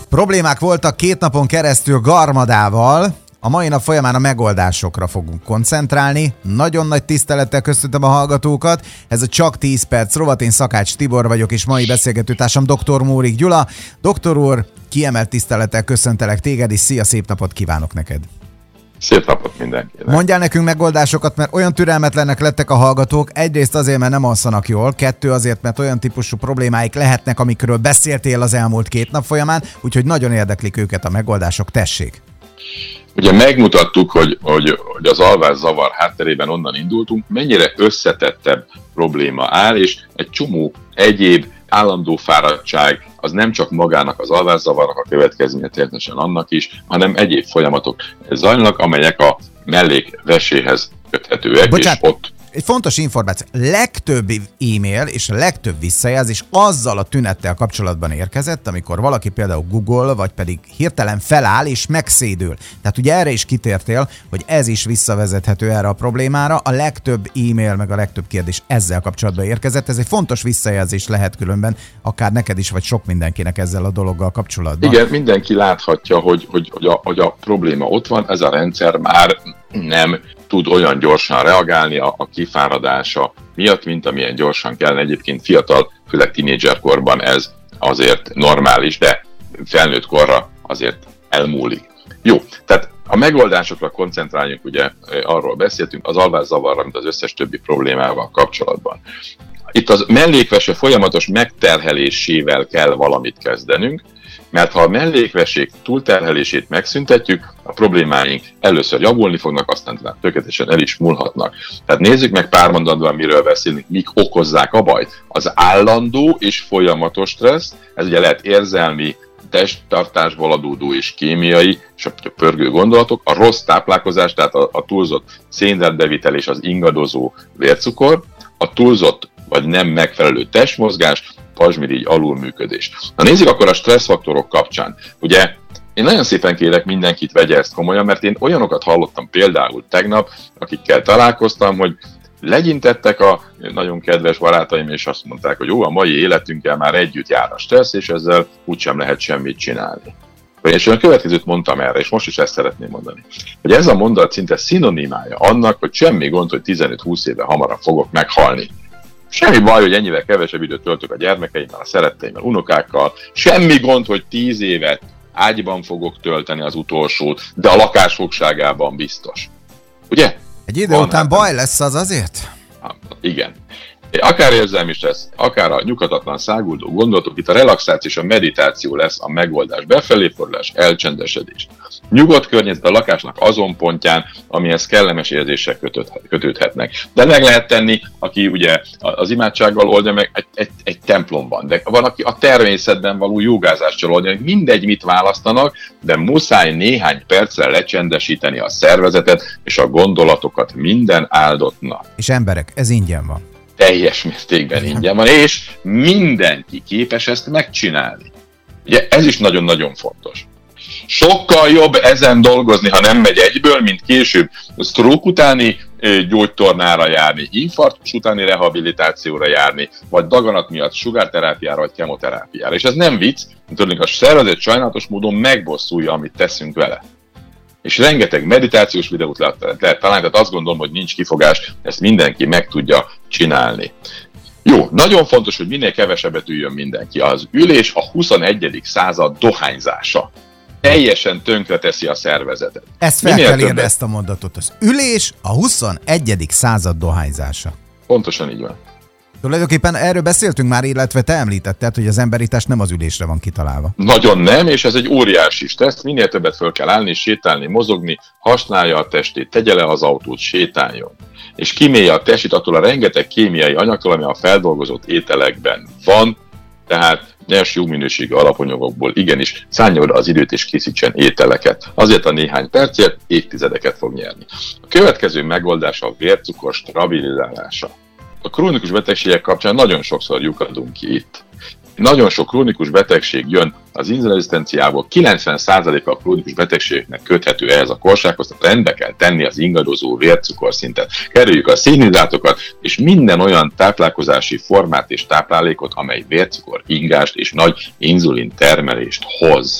Problémák voltak 2 napon keresztül Garmadával. A mai nap folyamán a megoldásokra fogunk koncentrálni. Nagyon nagy tisztelettel köszöntöm a hallgatókat. Ez a Csak 10 perc rovat, én Szakács Tibor vagyok, és mai beszélgetőtársam Dr. Mórik Gyula. Doktor úr, kiemelt tisztelettel köszöntelek téged, és szia, szép napot kívánok neked! Szép napot mindenkinek! Mondjál nekünk megoldásokat, mert olyan türelmetlenek lettek a hallgatók. Egyrészt azért, mert nem alszanak jól, 2 azért, mert olyan típusú problémáik lehetnek, amikről beszéltél az elmúlt 2 nap folyamán, úgyhogy nagyon érdeklik őket a megoldások, tessék! Ugye megmutattuk, hogy az alvászavar hátterében onnan indultunk, mennyire összetettebb probléma áll, és egy csomó egyéb állandó fáradtság, az nem csak magának az alvászavarnak a következménye, természetesen annak is, hanem egyéb folyamatok zajlanak, amelyek a mellékveséhez köthetőek. Bocsánat, és ott egy fontos információ. Legtöbb e-mail és a legtöbb visszajelzés azzal a tünettel kapcsolatban érkezett, amikor valaki például Google, vagy pedig hirtelen feláll és megszédül. Tehát ugye erre is kitértél, hogy ez is visszavezethető erre a problémára. A legtöbb e-mail, meg a legtöbb kérdés ezzel kapcsolatban érkezett. Ez egy fontos visszajelzés lehet különben, akár neked is, vagy sok mindenkinek ezzel a dologgal kapcsolatban. Igen, mindenki láthatja, hogy a probléma ott van, ez a rendszer már nem tud olyan gyorsan reagálni a kifáradása miatt, mint amilyen gyorsan kellene. Egyébként fiatal, főleg tínédzserkorban ez azért normális, de felnőtt korra azért elmúlik. Jó, tehát a megoldásokra koncentráljunk, ugye arról beszéltünk, az alvászavarra, mint az összes többi problémával kapcsolatban. Itt az mellékvese folyamatos megterhelésével kell valamit kezdenünk, mert ha a mellékvesék túlterhelését megszüntetjük, a problémáink először javulni fognak, aztán tökéletesen el is múlhatnak. Tehát nézzük meg pár mondatban, miről beszélünk, mik okozzák a bajt. Az állandó és folyamatos stressz, ez ugye lehet érzelmi, testtartásból adódó és kémiai, és a pörgő gondolatok, a rossz táplálkozás, tehát a túlzott szénhidrátbevitel és az ingadozó vércukor, a túlzott vagy nem megfelelő testmozgás, pazsmirigy alulműködés. Na nézzük akkor a stresszfaktorok kapcsán. Ugye én nagyon szépen kérek, mindenkit vegye ezt komolyan, mert én olyanokat hallottam például tegnap, akikkel találkoztam, hogy legyintettek a nagyon kedves barátaim, és azt mondták, hogy jó, a mai életünkkel már együtt jár a stressz, és ezzel úgysem lehet semmit csinálni. És én a következőt mondtam erre, és most is ezt szeretném mondani. Hogy ez a mondat szinte szinonimája annak, hogy semmi gond, hogy 15-20 éve hamarabb fogok meghalni. Semmi baj, hogy ennyivel kevesebb időt töltök a gyermekeimmel, a szeretteimmel, unokákkal. Semmi gond, hogy 10 évet ágyban fogok tölteni az utolsót, de a lakás fogságában biztos. Ugye? Egy idő után baj lesz az azért? Igen. Akár érzelmi stressz, akár a nyughatatlan száguldó gondolatok, itt a relaxáció és a meditáció lesz a megoldás. Befelé fordulás, elcsendesedés. Nyugodt környezet a lakásnak azon pontján, amihez kellemes érzések kötődhetnek. De meg lehet tenni, aki ugye az imádsággal oldja meg egy templomban, de van, aki a természetben való jogázással oldja meg. Mindegy, mit választanak, de muszáj néhány percre lecsendesíteni a szervezetet és a gondolatokat minden áldott nap. És emberek, ez ingyen van. Teljes mértékben ingyen van, és mindenki képes ezt megcsinálni. Ugye ez is nagyon-nagyon fontos. Sokkal jobb ezen dolgozni, ha nem megy egyből, mint később stroke utáni gyógytornára járni, infarktus utáni rehabilitációra járni, vagy daganat miatt sugárterápiára, vagy kemoterápiára. És ez nem vicc, tudni, a szervezet sajnálatos módon megbosszulja, amit teszünk vele. És rengeteg meditációs videót lehet találni, tehát azt gondolom, hogy nincs kifogás, ezt mindenki meg tudja csinálni. Jó, nagyon fontos, hogy minél kevesebbet üljön mindenki. Az ülés a 21. század dohányzása. Teljesen tönkreteszi a szervezetet. Ezt fel kell írni, ezt a mondatot. Az ülés a 21. század dohányzása. Pontosan így van. Tulajdonképpen erről beszéltünk már, illetve te említetted, hogy az emberi test nem az ülésre van kitalálva. Nagyon nem, és ez egy óriási stressz. Minél többet föl kell állni, sétálni, mozogni, használja a testét, tegye le az autót, sétáljon. És kimélje a testét attól a rengeteg kémiai anyagtól, ami a feldolgozott ételekben van, tehát nyers jó minőségű alapanyagokból igenis szánja oda az időt és készítsen ételeket. Azért a néhány percért évtizedeket fog nyerni. A következő megoldás a vércukor stabilizálása. A krónikus betegségek kapcsán nagyon sokszor lyukadunk ki itt. Nagyon sok krónikus betegség jön az inzulinrezisztenciából, 90%-a a krónikus betegségeknek köthető ehhez a korsághoz, tehát rendbe kell tenni az ingadozó vércukorszintet. Kerüljük a szénhidrátokat és minden olyan táplálkozási formát és táplálékot, amely vércukor ingást és nagy inzulin termelést hoz.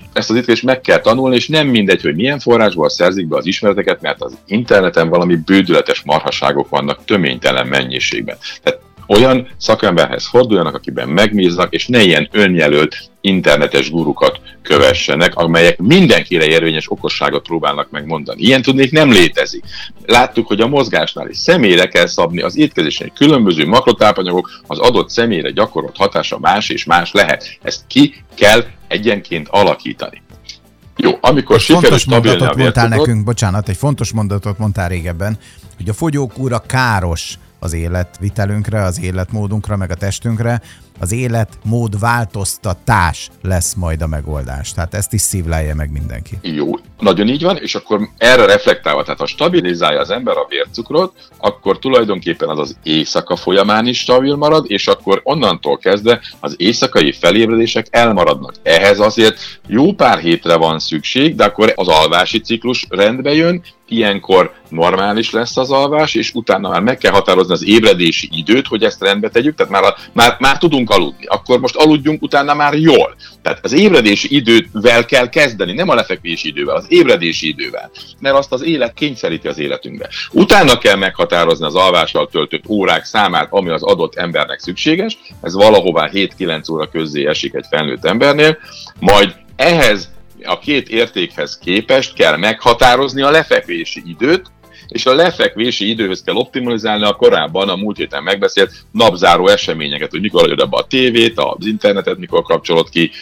ezt az étkezést meg kell tanulni, és nem mindegy, hogy milyen forrásból szerzik be az ismereteket, mert az interneten valami bődületes marhaságok vannak töménytelen mennyiségben. Tehát olyan szakemberhez forduljanak, akiben megbíznak, és ne ilyen önjelölt internetes gurukat kövessenek, amelyek mindenkire érvényes okosságot próbálnak megmondani. Ilyen tudnék nem létezik. Láttuk, hogy a mozgásnál is személyre kell szabni, az étkezésen különböző makrotápanyagok, az adott személyre gyakorolt hatása más és más lehet. Ezt ki kell egyenként alakítani. Jó, amikor sikerül stabilni a vércukrot... Egy fontos mondatot mondtál régebben, hogy a fogyókúra káros az életvitelünkre, az életmódunkra, meg a testünkre, az életmód változtatás lesz majd a megoldás. Tehát ezt is szívlelje meg mindenki. Jó, nagyon így van, és akkor erre reflektálva, tehát ha stabilizálja az ember a vércukrot, akkor tulajdonképpen az éjszaka folyamán is stabil marad, és akkor onnantól kezdve az éjszakai felébredések elmaradnak. Ehhez azért jó pár hétre van szükség, de akkor az alvási ciklus rendbe jön, ilyenkor normális lesz az alvás, és utána már meg kell határozni az ébredési időt, hogy ezt rendbe tegyük, tehát már tudunk aludni. Akkor most aludjunk utána már jól. Tehát az ébredési idővel kell kezdeni, nem a lefekvési idővel, az ébredési idővel, mert azt az élet kényszeríti az életünkbe. Utána kell meghatározni az alvással töltött órák számát, ami az adott embernek szükséges, ez valahová 7-9 óra közzé esik egy felnőtt embernél, majd ehhez a két értékhez képest kell meghatározni a lefekvési időt, és a lefekvési időhöz kell optimalizálni a korábban a múlt héten megbeszélt napzáró eseményeket, hogy mikor adod be a tévét, az internetet, mikor kapcsolod ki,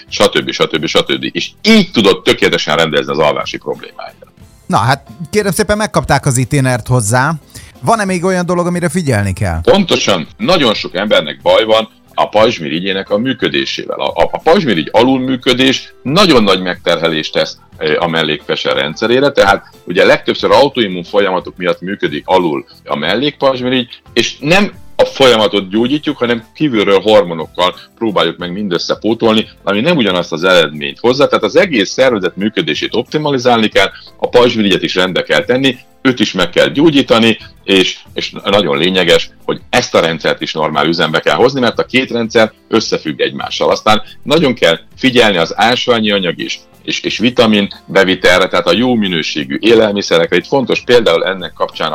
stb. És így tudod tökéletesen rendezni az alvási problémáit. Na hát kérem szépen, megkapták az itinert hozzá. Van-e még olyan dolog, amire figyelni kell? Pontosan, nagyon sok embernek baj van a pajzsmirigyének a működésével. A pajzsmirigy alulműködés nagyon nagy megterhelést tesz a mellékvese rendszerére, tehát ugye legtöbbször autoimmun folyamatok miatt működik alul a mellékpajzsmirigy, és nem a folyamatot gyógyítjuk, hanem kívülről hormonokkal próbáljuk meg mindössze pótolni, ami nem ugyanazt az eredményt hozza, tehát az egész szervezet működését optimalizálni kell, a pajzsmirigyet is rendbe kell tenni, őt is meg kell gyógyítani, és nagyon lényeges, hogy ezt a rendszert is normál üzembe kell hozni, mert a két rendszer összefügg egymással. Aztán nagyon kell figyelni az ásványi anyag és vitamin bevitelre, tehát a jó minőségű élelmiszerekre. Itt fontos például ennek kapcsán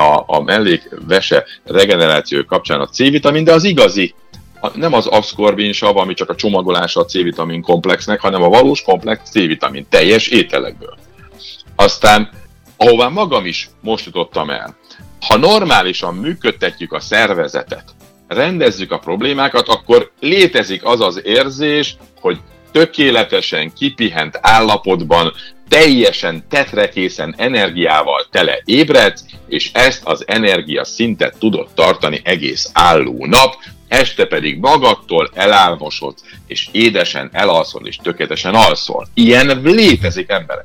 a mellékvese regeneráció kapcsán a C-vitamin, de az igazi, nem az aszkorbinsav, ami csak a csomagolása a C-vitamin komplexnek, hanem a valós komplex C-vitamin teljes ételekből. Aztán, ahová magam is most jutottam el, ha normálisan működtetjük a szervezetet, rendezzük a problémákat, akkor létezik az az érzés, hogy tökéletesen kipihent állapotban, teljesen tetrekészen energiával tele ébredsz, és ezt az energia szintet tudod tartani egész álló nap, este pedig magadtól elálmosodsz, és édesen elalszol, és tökéletesen alszol. Ilyen létezik, emberek.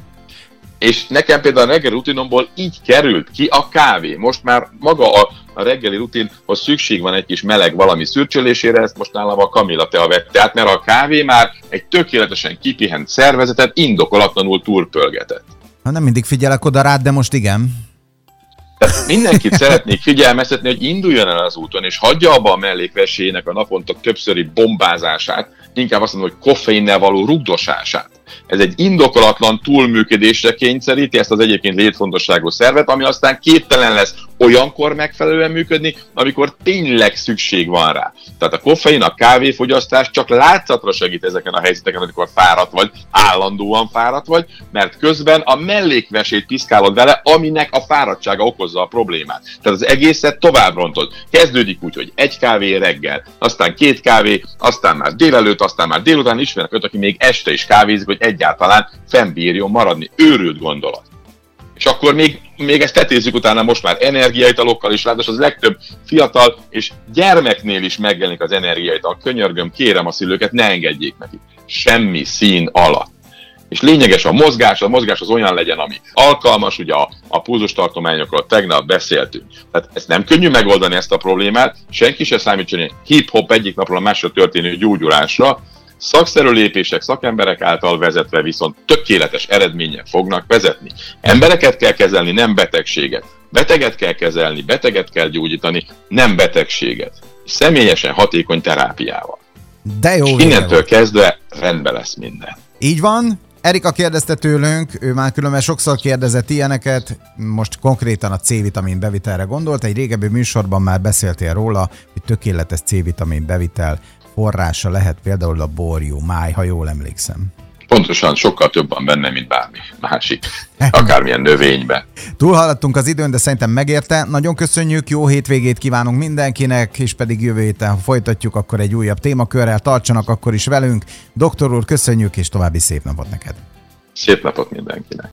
És nekem például a reggeli rutinomból így került ki a kávé. Most már maga a reggeli rutinhoz szükség van egy kis meleg valami szürcsölésére, ezt most nálam a Kamilla tea vette át, mert a kávé már egy tökéletesen kipihent szervezetet indokolatlanul túlpörgetett. Nem mindig figyelek oda rád, de most igen. Tehát mindenkit szeretnék figyelmeztetni, hogy induljon el az úton, és hagyja abba a mellékvesének a naponta többszöri bombázását, inkább azt mondom, hogy koffeinnel való rugdosását. Ez egy indokolatlan túlműködésre kényszeríti ezt az egyébként létfontosságú szervet, ami aztán képtelen lesz olyankor megfelelően működni, amikor tényleg szükség van rá. Tehát a koffein, a kávéfogyasztás csak látszatra segít ezeken a helyzeteken, amikor fáradt vagy, állandóan fáradt vagy, mert közben a mellékvesét piszkálod vele, aminek a fáradtsága okozza a problémát. Tehát az egészet tovább rontod. Kezdődik úgy, hogy egy kávé reggel, aztán 2 kávé, aztán már délelőtt, aztán már délután, ismerek őt, aki még este is kávézik, hogy egyáltalán fennbírjon maradni. Őrült gondolat. És akkor még ezt tetézzük utána most már energiaitalokkal is, ráadásul az legtöbb fiatal és gyermeknél is megjelenik az energiaital. Könyörgöm, kérem a szülőket, ne engedjék neki. Semmi szín alatt. És lényeges a mozgás az olyan legyen, ami alkalmas, ugye a pulzustartományokról tegnap beszéltünk. Tehát ezt nem könnyű megoldani, ezt a problémát, senki se számítson hip-hop egyik napról a másra történő gyógyulásra. Szakszerű lépések szakemberek által vezetve viszont tökéletes eredményen fognak vezetni. Embereket kell kezelni, nem betegséget. Beteget kell kezelni, beteget kell gyógyítani, nem betegséget. Személyesen hatékony terápiával. De jó. És innentől kezdve rendben lesz minden. Így van. Erika kérdezte tőlünk, ő már különben sokszor kérdezett ilyeneket, most konkrétan a C-vitamin bevitelre gondolt. Egy régebbi műsorban már beszéltél róla, hogy tökéletes C-vitamin bevitel forrása lehet például a borjú máj, ha jól emlékszem. Pontosan, sokkal több van benne, mint bármi másik, akármilyen növényben. Túlhaladtunk az időn, de szerintem megérte. Nagyon köszönjük, jó hétvégét kívánunk mindenkinek, és pedig jövő héten, ha folytatjuk, akkor egy újabb témakörrel, tartsanak akkor is velünk. Doktor úr, köszönjük, és további szép napot neked. Szép napot mindenkinek.